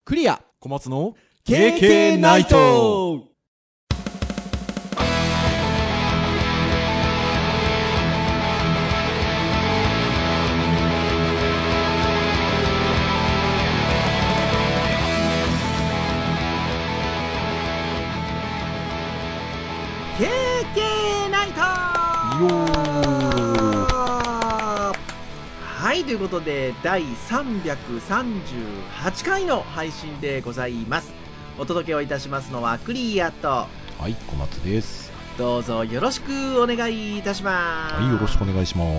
クリア小松の KK ナイト。 KK ナイトはい、ということで第338回の配信でございます。お届けをいたしますのはクリアと、 はい、小松です。 どうぞよろしくお願いいたします。 はい、よろしくお願いします。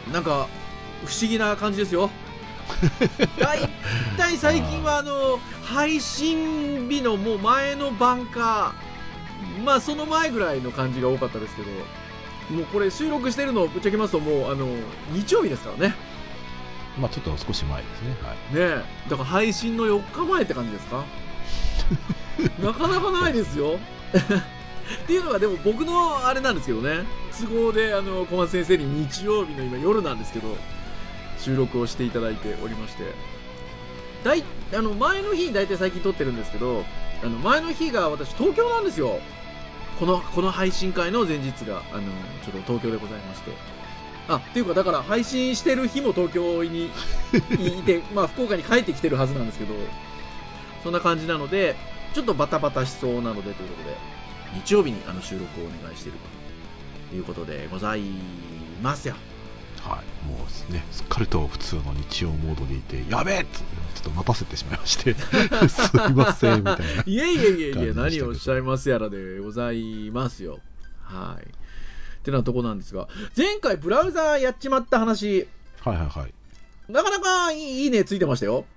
なんか不思議な感じですよ。だいたい最近は配信日のもう前の晩か、まあその前ぐらいの感じが多かったですけど、もうこれ収録してるのをぶっちゃけますともう日曜日ですからね。 まあちょっと少し前ですね。はい。 ねえ、だから配信の4日前って感じですか。なかなかないですよ。っていうのがでも僕のあれなんですけどね、都合で小松先生に日曜日の今夜なんですけど収録をしていただいておりまして、前の日に大体最近撮ってるんですけど、前の日が私東京なんですよ。この配信会の前日がちょっと東京でございまして、っていうかだから配信してる日も東京にいてまあ福岡に帰ってきてるはずなんですけど、そんな感じなのでちょっとバタバタしそうなのでということで日曜日に収録をお願いしているということでございますよ。 はい、もうね、すっかりと普通の日曜モードでいて、やべえっつってちょっと待たせてしまいましてすいませんみたいな。 いえ何をおっしゃいますやらでございますよ。はい。ってなとこなんですが、前回ブラウザーやっちまった話、 はいはいはい、 なかなかいいねついてましたよ。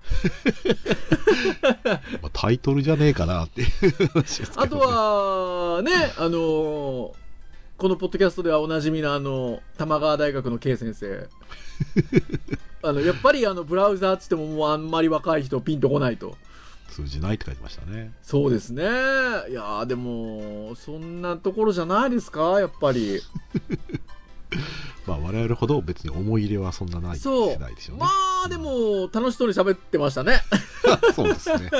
まあタイトルじゃねえかなっていう話ですけど、ね、 あとはね、このポッドキャストではおなじみの玉川大学の K 先生やっぱりブラウザーっつってももうあんまり若い人ピンとこないと、 通じないって書いてましたね。 そうですね。いやでもそんなところじゃないですか、やっぱり。 まあ我々ほど別に思い入れはそんなないでしょうね。 まあでも楽しそうに喋ってましたね。 そうですね。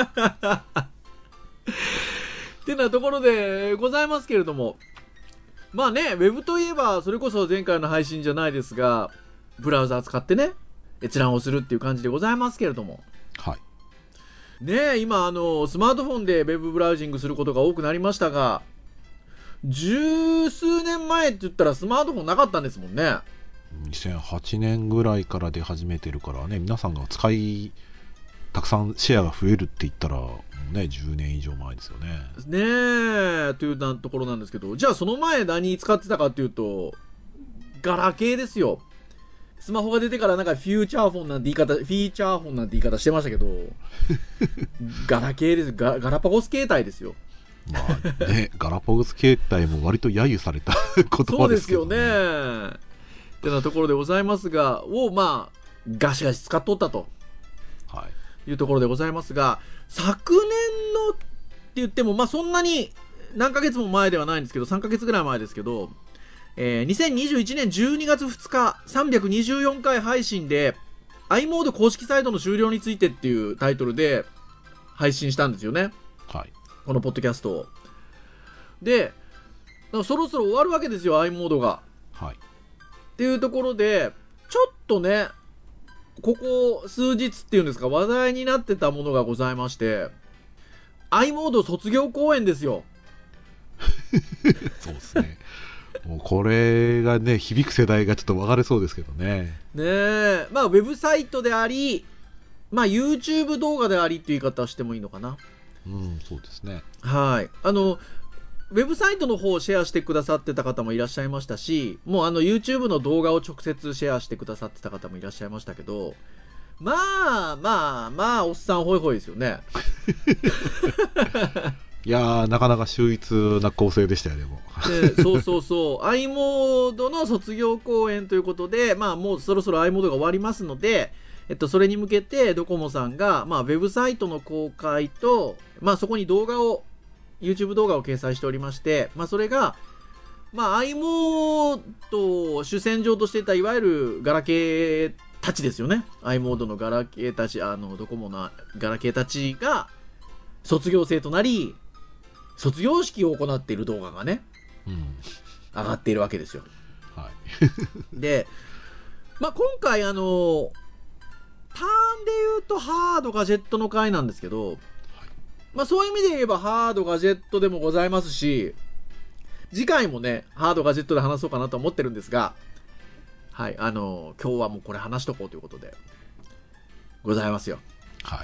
ってなところでございますけれども、まあね、ウェブといえばそれこそ前回の配信じゃないですが、ブラウザー使ってね閲覧をするっていう感じでございますけれども、 はいねえ、今スマートフォンでウェブブラウジングすることが多くなりましたが、十数年前って言ったらスマートフォンなかったんですもんね。 2008年ぐらいから出始めてるからね、皆さんがたくさんシェアが増えるって言ったらね、10年以上前ですよね。 ねえ、というところなんですけど、じゃあその前何使ってたかっていうと、ガラケーですよ。スマホが出てからなんかフィーチャーフォンなんて言い方してましたけどガラケーです。ガラパゴス携帯ですよ。 まあね、ガラパゴス携帯も割と揶揄された言葉ですけどね。 そうですよね。ってなところでございますが、まあガシガシ使っとったと、いうところでございますが、昨年のって言ってもまあそんなに何ヶ月も前ではないんですけど、3ヶ月ぐらい前ですけど、2021年12月2日324回配信で i モード公式サイトの終了についてっていうタイトルで配信したんですよね、 はい、 このポッドキャストを。で、そろそろ終わるわけですよ i モードが、 はい、 っていうところでちょっとね、ここ数日っていうんですか、話題になってたものがございまして、 i モード卒業公演ですよ。 そうですね。もうこれがね、響く世代がちょっと分かれそうですけどね。 ねえ、まあウェブサイトであり、まあ YouTube 動画でありっていう言い方をしてもいいのかな。 うん、そうですね。 はい。ウェブサイトの方をシェアしてくださってた方もいらっしゃいましたし、もうYouTube の動画を直接シェアしてくださってた方もいらっしゃいましたけど、まあおっさんホイホイですよね。 いやー、なかなか秀逸な構成でしたよね、もう。そう i モードの卒業公演ということで、まあもうそろそろ i モードが終わりますので、それに向けてドコモさんが、まあ、ウェブサイトの公開と、まあ、そこにYouTube 動画を掲載しておりまして、まあ、それが、まあ、i モードを主戦場としていたいわゆるガラケーたちですよね。i モードのガラケーたち、ドコモのガラケーたちが卒業生となり、卒業式を行っている動画がね、上がっているわけですよ。 はい、 で、今回ターンで言うとハードガジェットの回なんですけど、そういう意味で言えばハードガジェットでもございますし、次回もねハードガジェットで話そうかなと思ってるんですが、はい、今日はもうこれ話しとこうということでございますよ。 はい、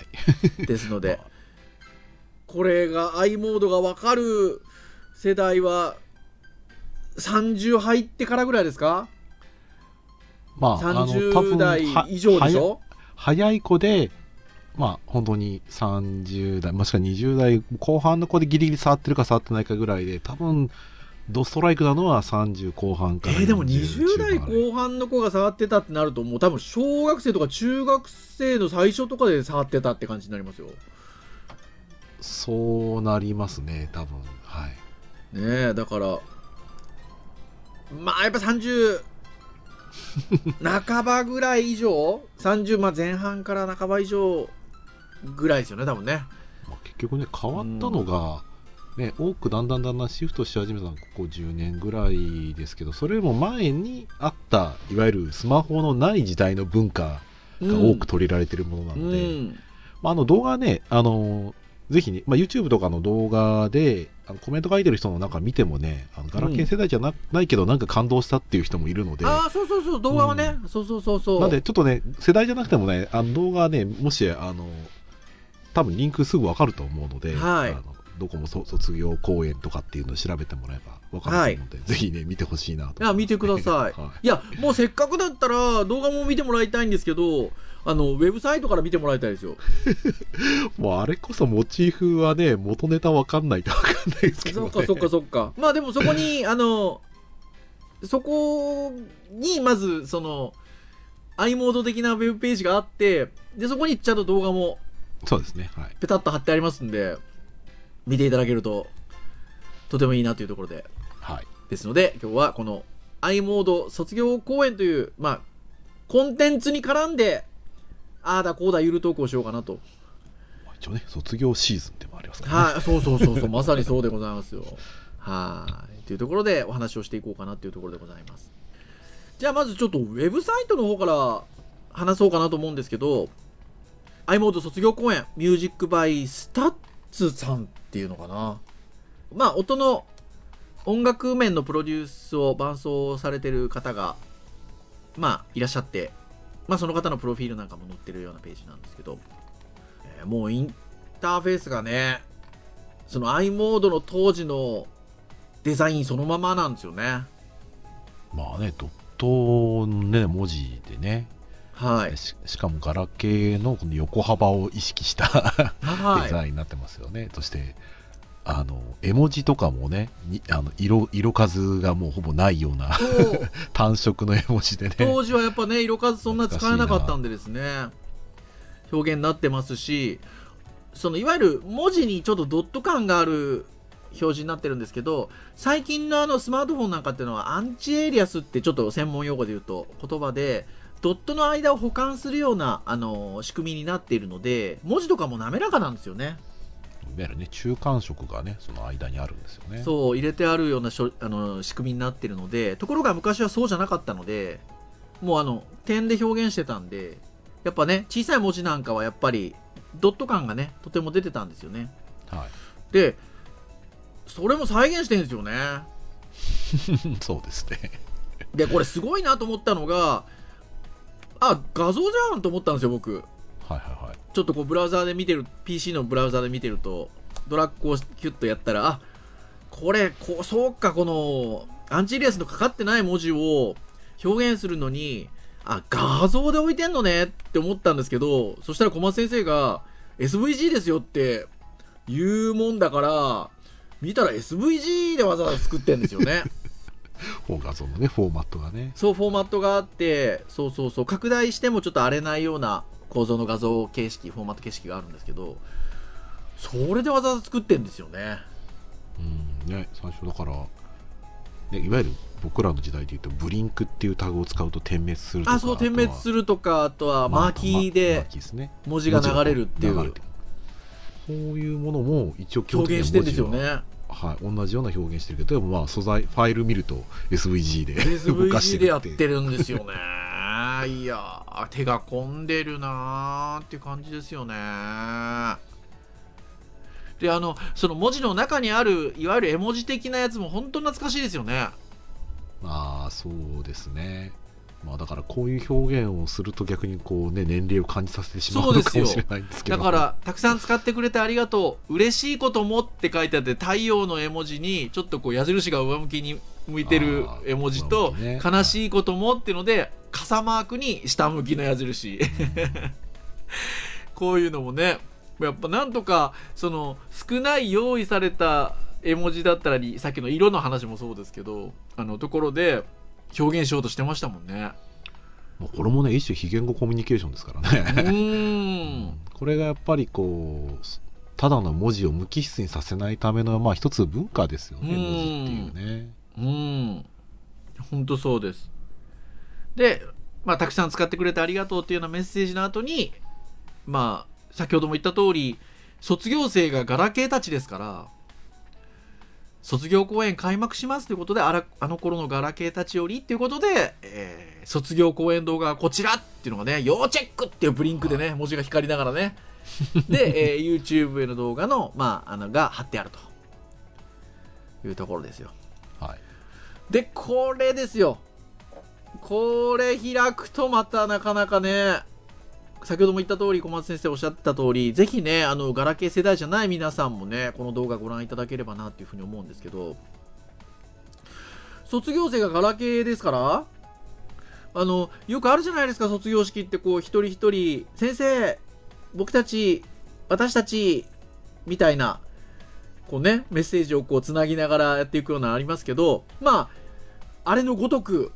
ですので、これが i モードが分かる世代は30入ってからぐらいですか。30代以上でしょ。 早い子で本当に30代もしくは20代後半の子でギリギリ触ってるか触ってないかぐらいで、多分ドストライクなのは30後半からでも20代後半の子が触ってたってなると、もう多分小学生とか中学生の最初とかで触ってたって感じになりますよ。 そうなりますね、多分。はい。 ねえ、だからやっぱ30半ばぐらい以上、30前半から半ば以上ぐらいですよね、多分ね。 結局ね、変わったのが、多くだんだんシフトし始めたのはここ10年ぐらいですけど、それよりも前にあったいわゆるスマホのない時代の文化が多く取り入れられているものなので、動画ね、ぜひね、YouTube とかの動画でコメント書いてる人の中見てもね、ガラケー世代じゃないけどなんか感動したっていう人もいるので、 そう動画はね、そうなんでちょっとね、世代じゃなくてもね、動画はね、もし多分リンクすぐ分かると思うので、どこも卒業公演とかっていうのを調べてもらえば分かると思うので、ぜひね見てほしいなと、 いや見てください。いやもうせっかくだったら動画も見てもらいたいんですけど、ウェブサイトから見てもらいたいですよ。 もうあれこそモチーフはね、元ネタ分かんないと分かんないですけどね。 そっか。でもそこにそこにまずその i モード的なウェブページがあって、でそこにちゃんと動画もそうですね、はい、 ペタッと貼ってありますんで、見ていただけるととてもいいなというところで、 はい、 ですので今日はこの i モード卒業公演というコンテンツに絡んでああだこうだゆるトークをしようかなと。 一応ね、卒業シーズンでもありますからね。 はい、そうまさにそうでございますよ。はいというところでお話をしていこうかなというところでございます。じゃあまずちょっとウェブサイトの方から話そうかなと思うんですけど、 i モード卒業公演ミュージックバイスタッツさんっていうのかな、音の音楽面のプロデュースを伴走されてる方がいらっしゃって、その方のプロフィールなんかも載ってるようなページなんですけど、もうインターフェースがね、その i モードの当時のデザインそのままなんですよね。 ドットのね文字でね、 はい、 しかもガラケーのこの横幅を意識したデザインになってますよね。そして絵文字とかもね、色数がもうほぼないような単色の絵文字でね、当時はやっぱね色数そんな使えなかったんでですね、表現になってますし、そのいわゆる文字にちょっとドット感がある表示になってるんですけど、最近のスマートフォンなんかっていうのはアンチエイリアスってちょっと専門用語で言うと言葉で、ドットの間を補完するような仕組みになっているので、文字とかも滑らかなんですよね。 いわゆるね、中間色がねその間にあるんですよね。 そう入れてあるような仕組みになっているので、ところが昔はそうじゃなかったので、もう点で表現してたんで、やっぱね小さい文字なんかはやっぱりドット感がねとても出てたんですよね。 はい、 でそれも再現してるんですよね。 そうですね。 でこれすごいなと思ったのが、画像じゃんと思ったんですよ僕。ちょっとこうブラウザーで見てる PC のブラウザーで見てると、ドラッグをキュッとやったら、そうか、このアンチエイリアスのかかってない文字を表現するのに画像で置いてんのねって思ったんですけど、そしたら小松先生が SVG ですよって言うもんだから、見たら SVG でわざわざ作ってんですよね。 画像のねフォーマットがね、 フォーマットがあって、拡大してもちょっと荒れないような構造の画像形式、フォーマット形式があるんですけど、それでわざわざ作ってんですよね。 ね、最初だから、ね、いわゆる僕らの時代でいうとブリンクっていうタグを使うと点滅するとか、 そう点滅するとか、あとはマーキーで文字が流れるっていう、 そういうものも一応表現してるんですよね。 はい、同じような表現してるけど、でもまあ素材ファイル見ると SVG で動かしてる SVG でやってるんですよね。いや手が込んでるなーっていう感じですよね。でその文字の中にあるいわゆる絵文字的なやつも本当懐かしいですよね。 まあそうですね。まあだからこういう表現をすると逆にこうね年齢を感じさせてしまうのかもしれないんですけど、 だからたくさん使ってくれてありがとう、嬉しいこともって書いてあって、太陽の絵文字にちょっとこう矢印が上向きに向いてる絵文字と、ね、悲しいこともっていうので傘マークに下向きの矢印こういうのもね、やっぱなんとかその少ない用意された絵文字だったり、さっきの色の話もそうですけど、ところで表現しようとしてましたもんね。 これもね一種非言語コミュニケーションですからねこれがやっぱりこうただの文字を無機質にさせないためのまあ一つ文化ですよね、文字っていうね。 本当そうです。で、まあ、たくさん使ってくれてありがとうっていうようなメッセージの後に、まあ先ほども言った通り卒業生がガラケーたちですから、卒業公演開幕しますということで、あの頃のガラケーたちよりっていうことで、卒業公演動画がこちらっていうのがね、要チェックっていうブリンクでね文字が光りながらねで、YouTube への動画の、が貼ってあるというところですよ。 はい、 でこれですよ、これ開くとまたなかなかね、先ほども言った通り、小松先生おっしゃった通り、ぜひねガラケー世代じゃない皆さんもねこの動画ご覧いただければなっていうふうに思うんですけど、卒業生がガラケーですから、よくあるじゃないですか、卒業式ってこう一人一人先生僕たち私たちみたいなこうねメッセージをこうつなぎながらやっていくようなありますけど、まああれのごとく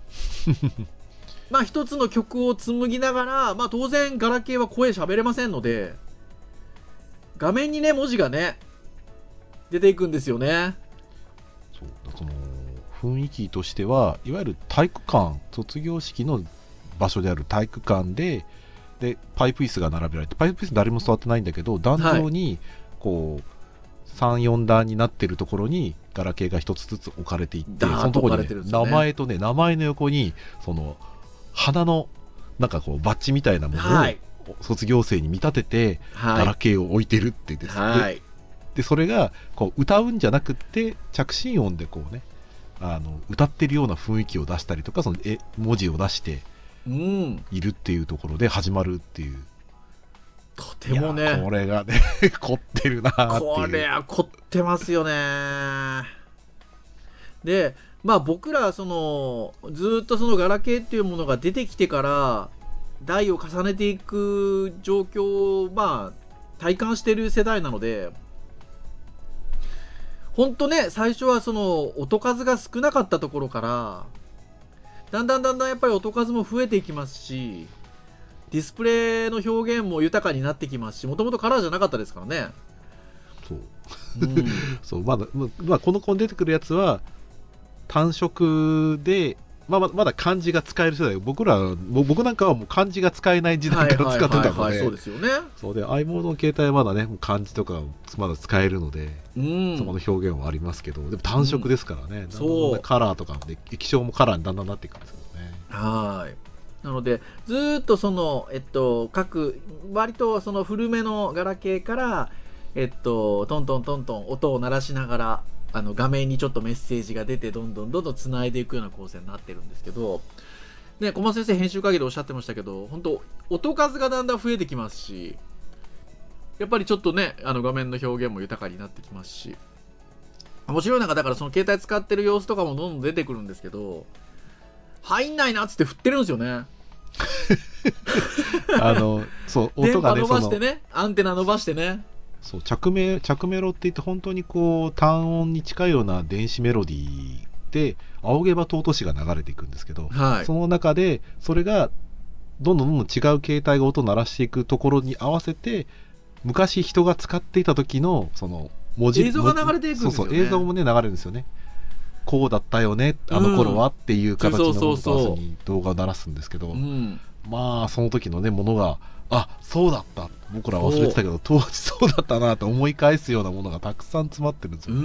まあ一つの曲を紡ぎながら、まあ当然ガラケーは声喋れませんので、画面にね文字がね出ていくんですよね。 その雰囲気としてはいわゆる体育館、卒業式の場所である体育館でパイプ椅子が並べられて、パイプ椅子誰も座ってないんだけど、壇上にこう、3、4段になってるところにガラケーが一つずつ置かれていって、そのところに、ね、名前とね名前の横にその花のなんかこうバッジみたいなものを卒業生に見立てて、ガラケーを置いてるってですね、でそれがこう歌うんじゃなくて着信音でこうね歌ってるような雰囲気を出したりとか、その文字を出しているっていうところで始まるっていう、 とてもねこれがね凝ってるなっていう。 これは凝ってますよね。でまあ僕らずっとそのガラケーっていうものが出てきてから代を重ねていく状況をまあ体感している世代なので、本当ね最初はその音数が少なかったところからだんだんやっぱり音数も増えていきますし、ディスプレイの表現も豊かになってきますし、もともとカラーじゃなかったですからね。 そうまだこの子に出てくるやつは単色で、まだ漢字が使える世代、僕なんかはもう漢字が使えない時代から使ってたので、 そうですよね。 そうで i モードの携帯はまだね漢字とかまだ使えるので、その表現はありますけど、でも単色ですからね、だんカラーとかで液晶もカラーにだんだんなっていくんですけどね。 なのでずっとその各割とその古めのガラケーからトントン音を鳴らしながら画面にちょっとメッセージが出てどんどんつないでいくような構成になってるんですけど、ね、小松先生編集会議でおっしゃってましたけど、本当音数がだんだん増えてきますし、やっぱりちょっとね画面の表現も豊かになってきますし、面白いのがだからその携帯使ってる様子とかもどんどん出てくるんですけど、入んないなっつって振ってるんですよねそう音がね電波伸ばしてね、アンテナ伸ばしてね、 そう着メロって言って本当にこう単音に近いような電子メロディーで仰げば尊しが流れていくんですけど、その中でそれがどんどん違う携帯が音を鳴らしていくところに合わせて、昔人が使っていた時のその文字映像が流れていくんですよね。 映像もね流れるんですよね。 こうだったよねあの頃はっていう形のものとそうそうそう後に動画を鳴らすんですけど、 うんまあその時のねものがそうだった僕ら忘れてたけど当時そうだったなと思い返すようなものがたくさん詰まってるんですよ。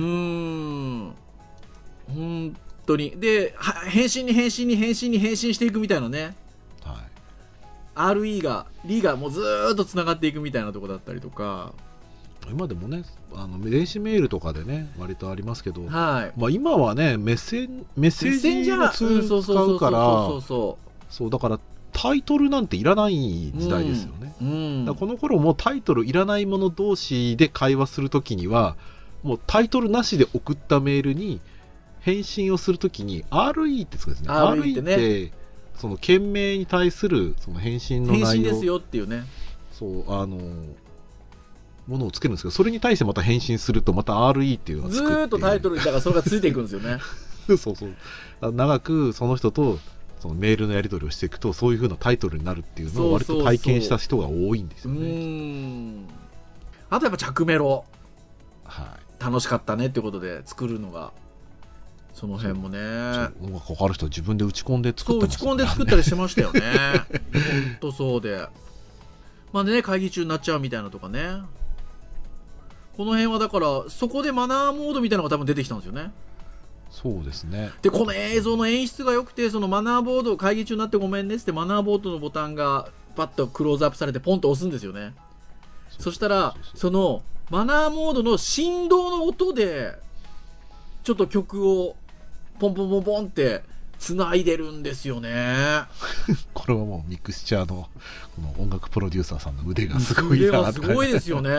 本当にで変身に変身に変身に変身していくみたいなね、 はい、 RE がリがもうずーっとつながっていくみたいなとこだったりとか、 今でもね電子メールとかでね割とありますけど、 はい、 まあ、今はねメッセージのツール使うからそうだからタイトルなんていらない時代ですよね、だからこの頃もタイトルいらないもの同士で会話するときにはもうタイトルなしで送ったメールに返信をするときに RE ってつくんですね。 RE ってその件名に対するその返信の内容返信ですよっていうね、 そうものをつけるんですけど、それに対してまた返信するとまた RE っていうのがつくっていう、 ずーっとタイトルにだからそれがついていくんですよねそうそう長くその人とそのメールのやり取りをしていくとそういう風なタイトルになるっていうのを割と体験した人が多いんですよね。 あとやっぱ着メロ、 はい、 楽しかったねってことで作るのがその辺もね、 音楽かかる人は自分で打ち込んで作ってましたね。 そう打ち込んで作ったりしてましたよねほんとそうで、まあね会議中になっちゃうみたいなとかね、この辺はだからそこでマナーモードみたいなのが多分出てきたんですよね。 そうですね。 でこの映像の演出が良くて、そのマナーボード会議中になってごめんねってマナーボードのボタンがパッとクローズアップされてポンと押すんですよね。そしたらそのマナーモードの振動の音でちょっと曲をポンポンポンポンって繋いでるんですよねこれはもうミクスチャーのこの音楽プロデューサーさんの腕がすごいな。 腕はすごいですよね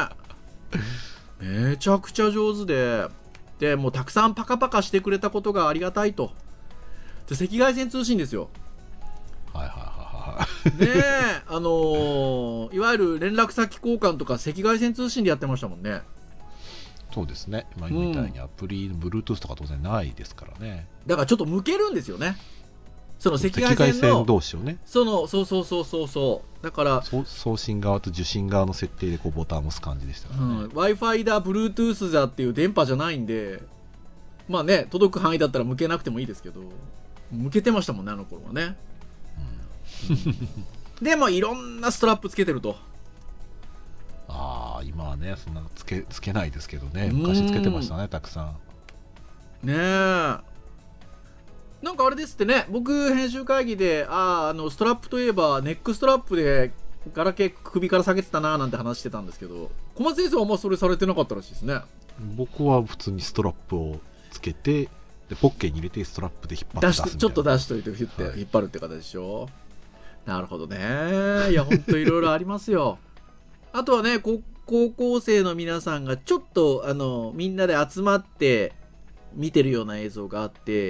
めちゃくちゃ上手でもうたくさんパカパカしてくれたことがありがたいと。で赤外線通信ですよ。 はいはいはいねえいわゆる連絡先交換とか赤外線通信でやってましたもんね。 そうですね。今みたいにアプリ、Bluetooth とか当然ないですからね。 だからちょっと向けるんですよね。その赤外線の同士をね。 そうだから送信側と受信側の設定でこうボタンを押す感じでしたからね。 Wi-Fi だ Bluetooth だっていう電波じゃないんで、まあね届く範囲だったら向けなくてもいいですけど、向けてましたもんねあの頃はね。でもいろんなストラップつけてると。 今はねそんなつけないですけどね、昔つけてましたねたくさん。 ねえなんかあれですってね、僕編集会議でストラップといえばネックストラップでガラケー首から下げてたなーなんて話してたんですけど、小松先生はあんまそれされてなかったらしいですね。 僕は普通にストラップをつけてでポッケに入れてストラップで引っ張って出すみたいな、 ちょっと出しといて引っ張るって形でしょ。なるほどね。いやほんといろいろありますよ。あとはね高校生の皆さんがちょっとみんなで集まって見てるような映像があって、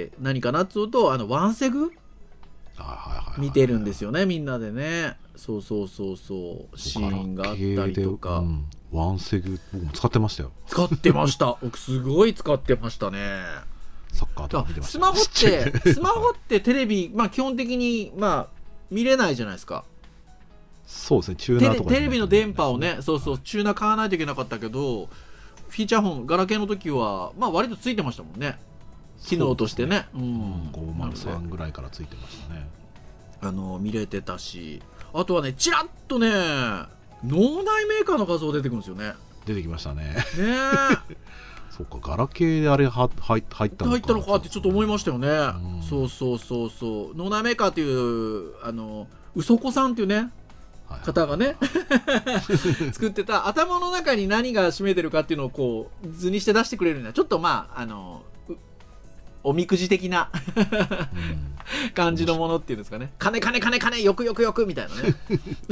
何かなっつうとワンセグ見てるんですよねみんなでね。そうシーンがあったりとか、 ワンセグ僕も使ってましたよ。 使ってました僕すごい使ってましたね。 サッカーとか見てました。 スマホってテレビ基本的に見れないじゃないですか。 そうですね、チューナーとか、 テレビの電波をね、チューナー買わないといけなかったけど、フィーチャーフォンガラケーの時は割とついてましたもんね、機能としてね。 503ぐらいからついてましたね。 見れてたし、あとはねチラッとね脳内メーカーの画像出てくるんですよね。 出てきましたね。 ねそっか、ガラケーであれ入ったのかってちょっと思いましたよね。そう脳内メーカーっていううそこさんっていうね方がね作ってた頭の中に何が占めてるかっていうのをこう図にして出してくれるような、ちょっとおみくじ的な感じのものっていうんですかね。金よくみたいなね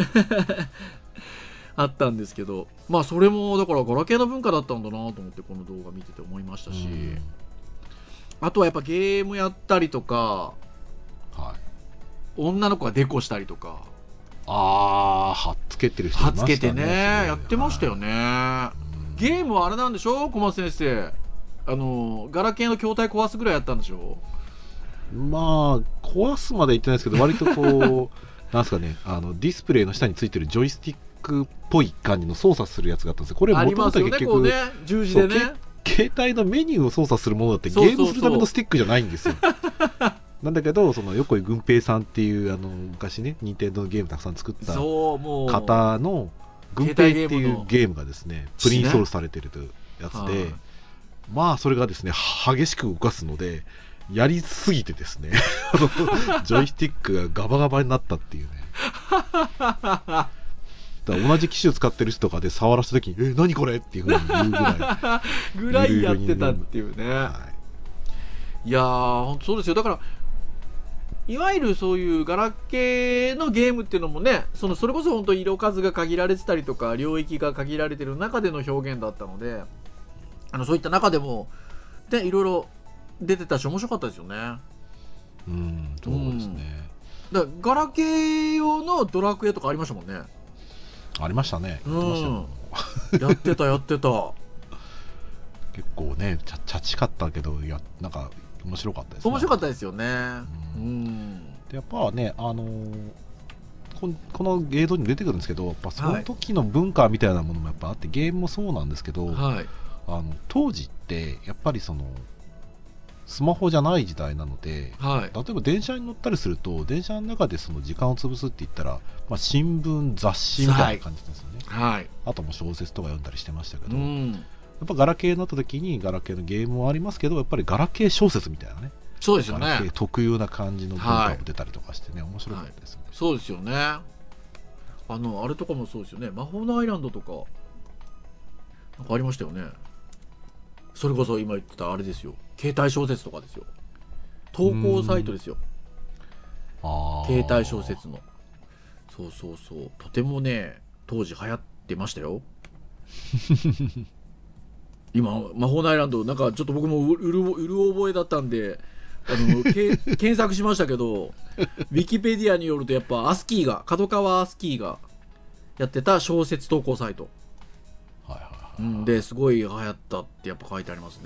あったんですけど、それもだからガラケーの文化だったんだなと思ってこの動画見てて思いましたし、あとはやっぱゲームやったりとか、女の子がデコしたりとか、 貼っつけてる人いましたね。 貼っつけてねやってましたよね。ゲームはあれなんでしょ小松先生、ガラケーの筐体壊すぐらいやったんでしょ。 壊すまで言ってないですけど、割とこうなんすかね、ディスプレイの下についてるジョイスティックっぽい感じの操作するやつがあったんですよ。これもともと結局、 十字でね携帯のメニューを操作するものだってゲそうそうそうームするためのスティックじゃないんですよ。なんだけど、その横井軍平さんっていう昔ね、任天堂のゲームたくさん作ったそうもう方の軍平って携帯ゲームのいうゲームがですね、プリインストールされてるというやつで、まあそれがですね、激しく動かすので、やりすぎてですね、ジョイスティックがガバガバになったっていうね。だ同じ機種使ってる人とかで触らせた時に何これっていう風に言うぐらいぐらいやってたっていうね、いやーほんとそうですよ。だからいわゆるそういうガラケーのゲームっていうのもね、それこそ本当色数が限られてたりとか領域が限られてる中での表現だったので、そういった中でもでいろいろ出てたし面白かったですよね。 そうですね。 だからガラケー用のドラクエとかありましたもんね。 ありましたね。 やってたやってた。 結構ね、チャチかったけど、なんか面白かったですね。 面白かったですよね。 でやっぱね、この映像にも出てくるんですけど、やっぱその時の文化みたいなものもやっぱあって、ゲームもそうなんですけど、当時ってやっぱりスマホじゃない時代なので、例えば電車に乗ったりすると、電車の中でその時間を潰すって言ったら、新聞雑誌みたいな感じですよね。あとも小説とか読んだりしてましたけど、やっぱガラケーになった時にガラケーのゲームもありますけど、やっぱりガラケー小説みたいなね、 そうですよね、 ガラケー特有な感じの文化も出たりとかしてね、面白かったですよね。 そうですよね。あれとかもそうですよね。魔法のアイランドとかなんかありましたよね。それこそ今言ってたあれですよ、携帯小説とかですよ。投稿サイトですよ、携帯小説の。そうとてもね当時流行ってましたよ。今魔法のアイランドなんかちょっと僕もうる覚えだったんで検索しましたけど、ウィキペディアによるとやっぱアスキーが角川アスキーがやってた小説投稿サイトですごい流行ったってやっぱ書いてありますね。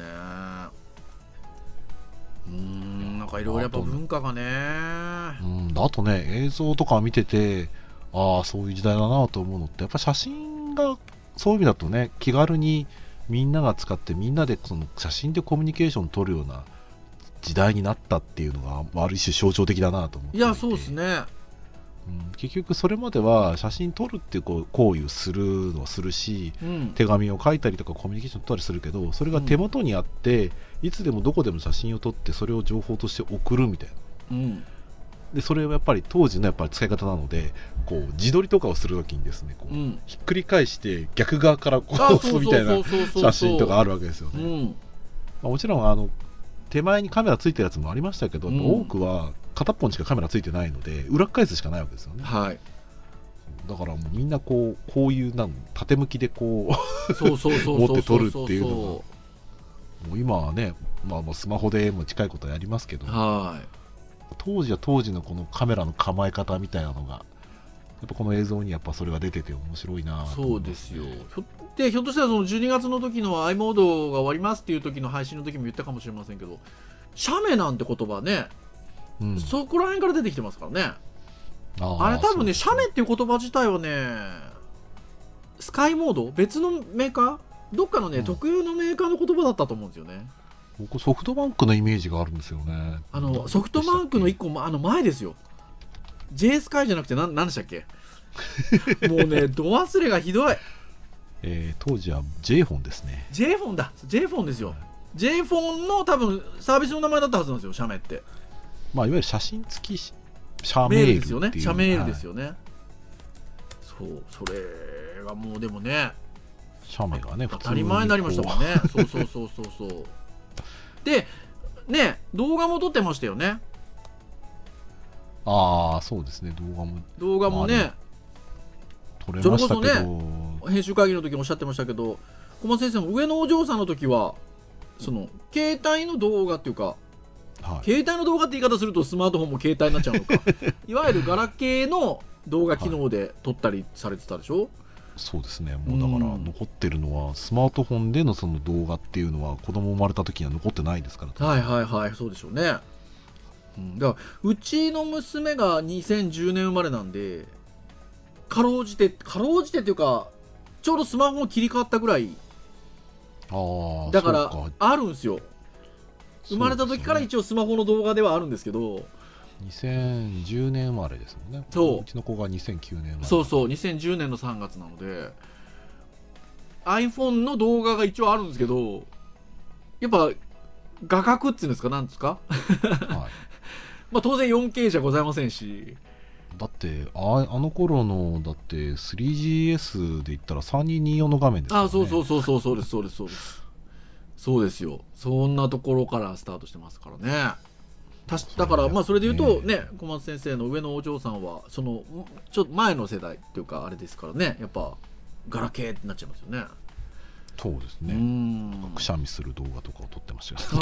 なんかいろいろやっぱ文化がね、 あとね、映像とか見てて、そういう時代だなと思うのって、やっぱ写真がそういう意味だとね、気軽にみんなが使ってみんなでその写真でコミュニケーションを取るような時代になったっていうのがある種象徴的だなと思っていて。 いやそうですね。 結局それまでは写真撮るっていう行為をするのはするし、手紙を書いたりとかコミュニケーション取ったりするけど、それが手元にあって、いつでもどこでも写真を撮ってそれを情報として送るみたいな、でそれはやっぱり当時のやっぱり使い方なので、自撮りとかをするときにですね、ひっくり返して逆側から押すみたいな写真とかあるわけですよね。もちろん手前にカメラついてるやつもありましたけど、多くは片っぽにしかカメラついてないので裏返すしかないわけですよね。だからもうみんなこういう縦向きで持って撮るっていうのが、もう今はね、スマホでも近いことやりますけど、当時は当時のこのカメラの構え方みたいなのがやっぱこの映像にやっぱそれが出てて面白いな。 そうですよ。ひょっとしたらその12月の時の i モードが終わりますっていう時の配信の時も言ったかもしれませんけど、写メなんて言葉ね、そこら辺から出てきてますからね。あれ多分ね、写メっていう言葉自体はね、スカイモード別のメーカーどっかのね、特有のメーカーの言葉だったと思うんですよね。 僕ソフトバンクのイメージがあるんですよね。 ソフトバンクの1個前ですよ。 J スカイじゃなくて何でしたっけ。もうね度忘れがひどい。 当時は J フォンですね。 J フォンだ、 J フォンですよ。 J フォンの多分サービスの名前だったはずなんですよ、写メって。 いわゆる写真付き写メールですよね。 写メールですよね。そうそれがもうでもね、 写メがね当たり前になりましたもんね。そうでね、動画も撮ってましたよね。 そうですね、動画もね、撮れましたけど、それこそね、編集会議の時もおっしゃってましたけど、小松先生も上のお嬢さんの時はその携帯の動画っていうか、携帯の動画って言い方するとスマートフォンも携帯になっちゃうのかいわゆるガラケーの動画機能で撮ったりされてたでしょ。 そうですね。もうだから残ってるのはスマートフォンでのその動画っていうのは子供生まれた時には残ってないですから。 そうでしょうね。だからうちの娘が2010年生まれなんで、かろうじてっていうかちょうどスマホも切り替わったぐらいああ、 だからそうかあるんですよ。生まれた時から一応スマホの動画ではあるんですけど、 2010年生まれですもんね。 そううちの子が2009年生まれ。 そうそう2010年の3月なので iPhone の動画が一応あるんですけど、やっぱ画角っていうんですか、なんですかはい、 まあ当然 4K じゃございませんし、 だってあの頃のだって 3GS で言ったら3224の画面ですからね。 そうですそうですよ。そんなところからスタートしてますからね。だからまあそれで言うとね、小松先生の上のお嬢さんはそのちょっと前の世代っていうかあれですからね、やっぱガラケーってなっちゃいますよね。 そうですね。くしゃみする動画とかを撮ってましたよ。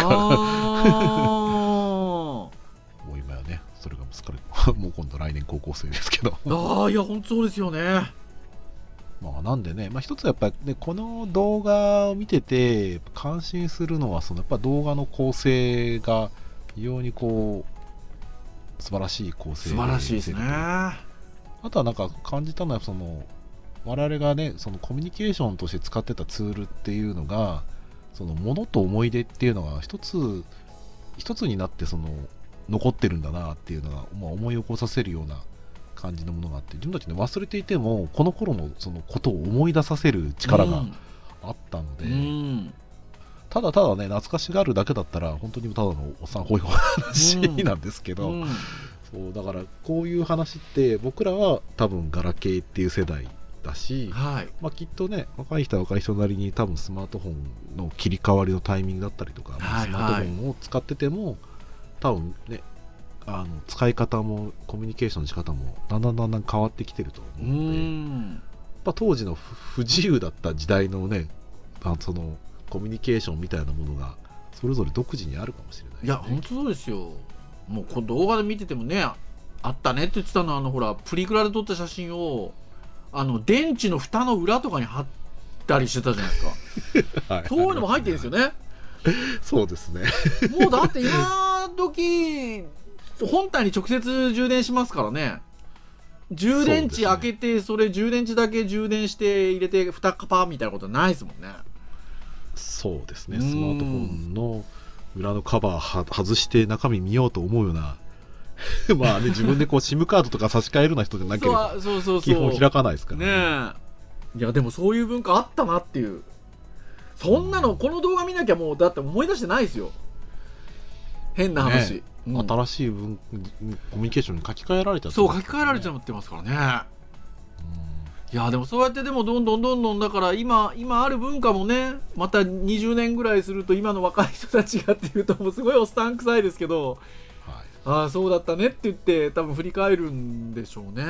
もう今やね、それが疲れもう今度来年高校生ですけどいや本当そうですよね。 まあなんでね、一つやっぱりね、この動画を見てて感心するのは、そのやっぱ動画の構成が非常にこう素晴らしい構成で、 素晴らしいですね。 あとはなんか感じたのは、その我々がね、そのコミュニケーションとして使ってたツールっていうのが、その物と思い出っていうのが一つになってその残ってるんだなっていうのが、思い起こさせるような感じのものがあって、自分たちで忘れていてもこの頃のそのことを思い出させる力があったので、ただただね、懐かしがるだけだったら本当にただのおっさんホイホイの話なんですけど、そうだからこういう話って僕らは多分ガラケーっていう世代だし、きっとね、若い人は若い人なりに多分スマートフォンの切り替わりのタイミングだったりとか、スマートフォンを使ってても多分ね、使い方もコミュニケーションの仕方もだんだん変わってきてると思うので、当時の不自由だった時代のね、そのコミュニケーションみたいなものがそれぞれ独自にあるかもしれない、ね、 いや本当そうですよ。もうこの動画で見ててもね、あったねって言ってたのは、ほらプリクラで撮った写真を電池の蓋の裏とかに貼ったりしてたじゃないですかそういうのも入ってるんですよねそうですねもうだって今時本体に直接充電しますからね。充電池開けて、それ充電池だけ充電して入れて蓋カパーみたいなことはないですもんね。 そうですね。スマートフォンの裏のカバー外して中身見ようと思うようなまあね、自分でこう SIM カードとか差し替えるような人じゃなければ基本開かないですからね。 いやでもそういう文化あったなっていう。そんなのこの動画見なきゃもうだって思い出してないですよ。変な話、 新しいコミュニケーションに書き換えられちゃって、 そう書き換えられちゃってますからね。いやでもそうやってでもどんどんだから今ある文化もね、また20年ぐらいすると今の若い人たちがっていうともうすごいおっさん臭いですけど、ああそうだったねって言って多分振り返るんでしょうね。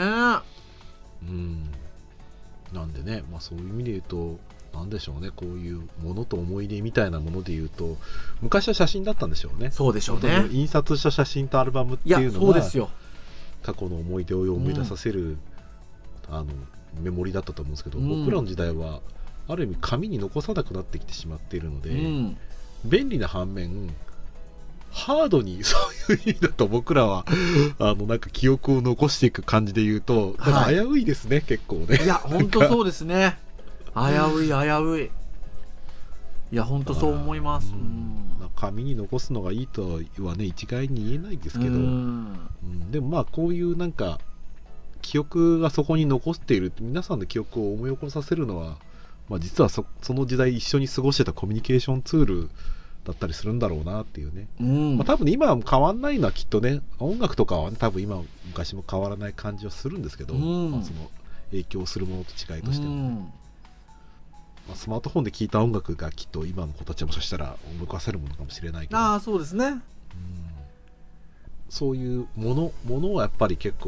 なんでね、そういう意味で言うとなんでしょうね、こういうものと思い出みたいなもので言うと、昔は写真だったんでしょうね。 そうでしょうね。 印刷した写真とアルバムっていうのが過去の思い出を思い出させる、メモリだったと思うんですけど、僕らの時代はある意味紙に残さなくなってきてしまっているので、便利な反面ハードにそういう意味だと僕らはなんか記憶を残していく感じで言うと、危ういですね、結構ね。 いや本当そうですね危うい。いや本当そう思います。 紙に残すのがいいとはね一概に言えないですけど、でもこういうなんか記憶がそこに残っている、皆さんの記憶を思い起こさせるのは、実はその時代一緒に過ごしてたコミュニケーションツールだったりするんだろうなっていうね。多分今は変わんないのはきっとね、音楽とかはね多分今昔も変わらない感じはするんですけど、その影響するものと違いとしてもね、スマートフォンで聴いた音楽がきっと今の子たちはもしかしたら思い浮かせるものかもしれないけど、 そうですね。 そういうものはやっぱり結構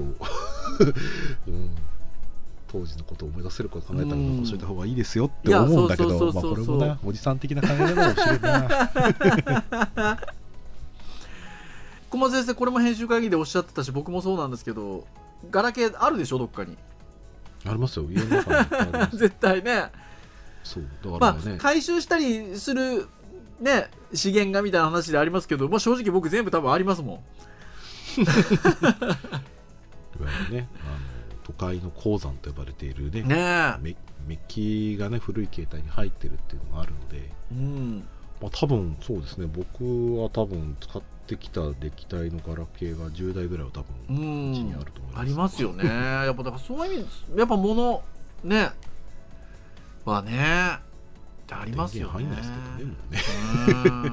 当時のことを思い出せることを考えたら残しておいた方がいいですよって思うんだけど、これもなおじさん的な考え方かもしれないな小松先生これも編集会議でおっしゃってたし、僕もそうなんですけど、ガラケーあるでしょどっかに。 ありますよ、家の中にあります絶対ね。 そうだからね、 回収したりするね資源がみたいな話でありますけど、正直僕全部多分ありますもんいわゆるね、 都会の鉱山と呼ばれているね、 ねえ、 メッキがね古い携帯に入ってるっていうのがあるので、まあ、多分そうですね、僕は多分使ってきた歴代のガラケーが10台ぐらいは多分うちにあると思います。 ありますよね。やっぱだからそういう意味やっぱ物ねはねありますよね。 電源入んないですけどね、もうね。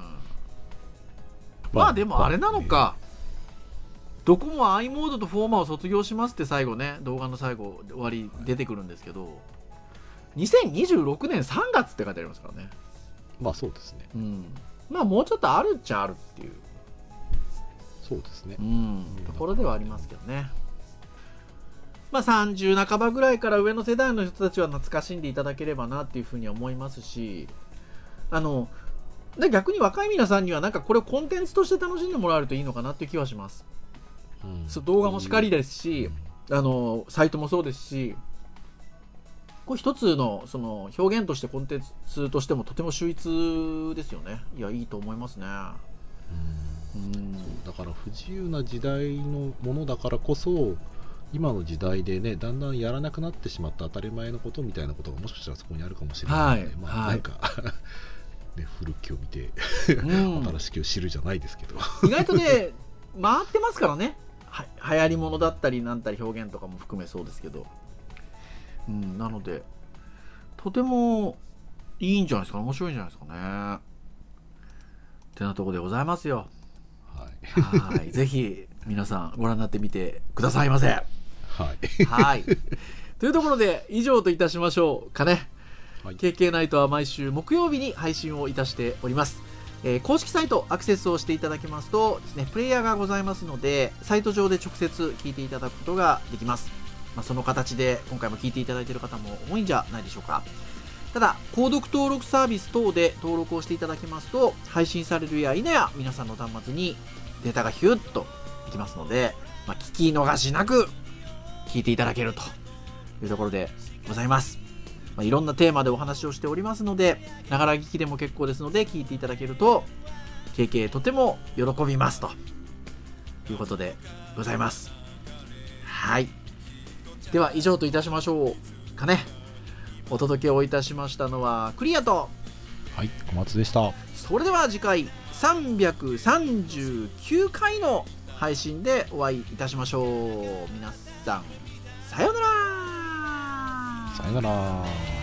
まあでもあれなのか、どこも i モードとフォーマを卒業しますって最後ね、動画の最後終わり出てくるんですけど、2026年3月って書いてありますからね。 まあそうですね、 まあもうちょっとあるっちゃあるっていう、 そうですね、 ところではありますけどね。まあ30半ばぐらいから上の世代の人たちは懐かしんでいただければなっていうふうには思いますし、で逆に若い皆さんにはなんかこれをコンテンツとして楽しんでもらえるといいのかなっていう気はします。そう動画もしかりですし、サイトもそうですし、これ一つのその表現としてコンテンツとしてもとても秀逸ですよね。いやいいと思いますね。 そうだから不自由な時代のものだからこそ今の時代でねだんだんやらなくなってしまった当たり前のことみたいなことがもしかしたらそこにあるかもしれないので、まあなんかね、古きを見て新しきを知るじゃないですけど意外とね回ってますからね、流行り物だったりなんたり表現とかも含めそうですけど、なのでとてもいいんじゃないですか、面白いんじゃないですかねってなところでございますよ。はいぜひ皆さんご覧になってみてくださいませ。はいというところで以上といたしましょうかね。KK ナイトは毎週木曜日に配信をいたしております。公式サイトアクセスをしていただきますとですね、プレイヤーがございますのでサイト上で直接聞いていただくことができます。その形で今回も聞いていただいている方も多いんじゃないでしょうか。ただ購読登録サービス等で登録をしていただきますと配信されるや否や皆さんの端末にデータがヒュッといきますので、聞き逃しなく聞いていただけるというところでございます。いろんなテーマでお話をしておりますのでながら聞きでも結構ですので聞いていただけると KK とても喜びますということでございます。はい、では以上といたしましょうかね。お届けをいたしましたのはクリアと小松でした。 それでは次回339回の配信でお会いいたしましょう。皆さんさようなら。 さよなら。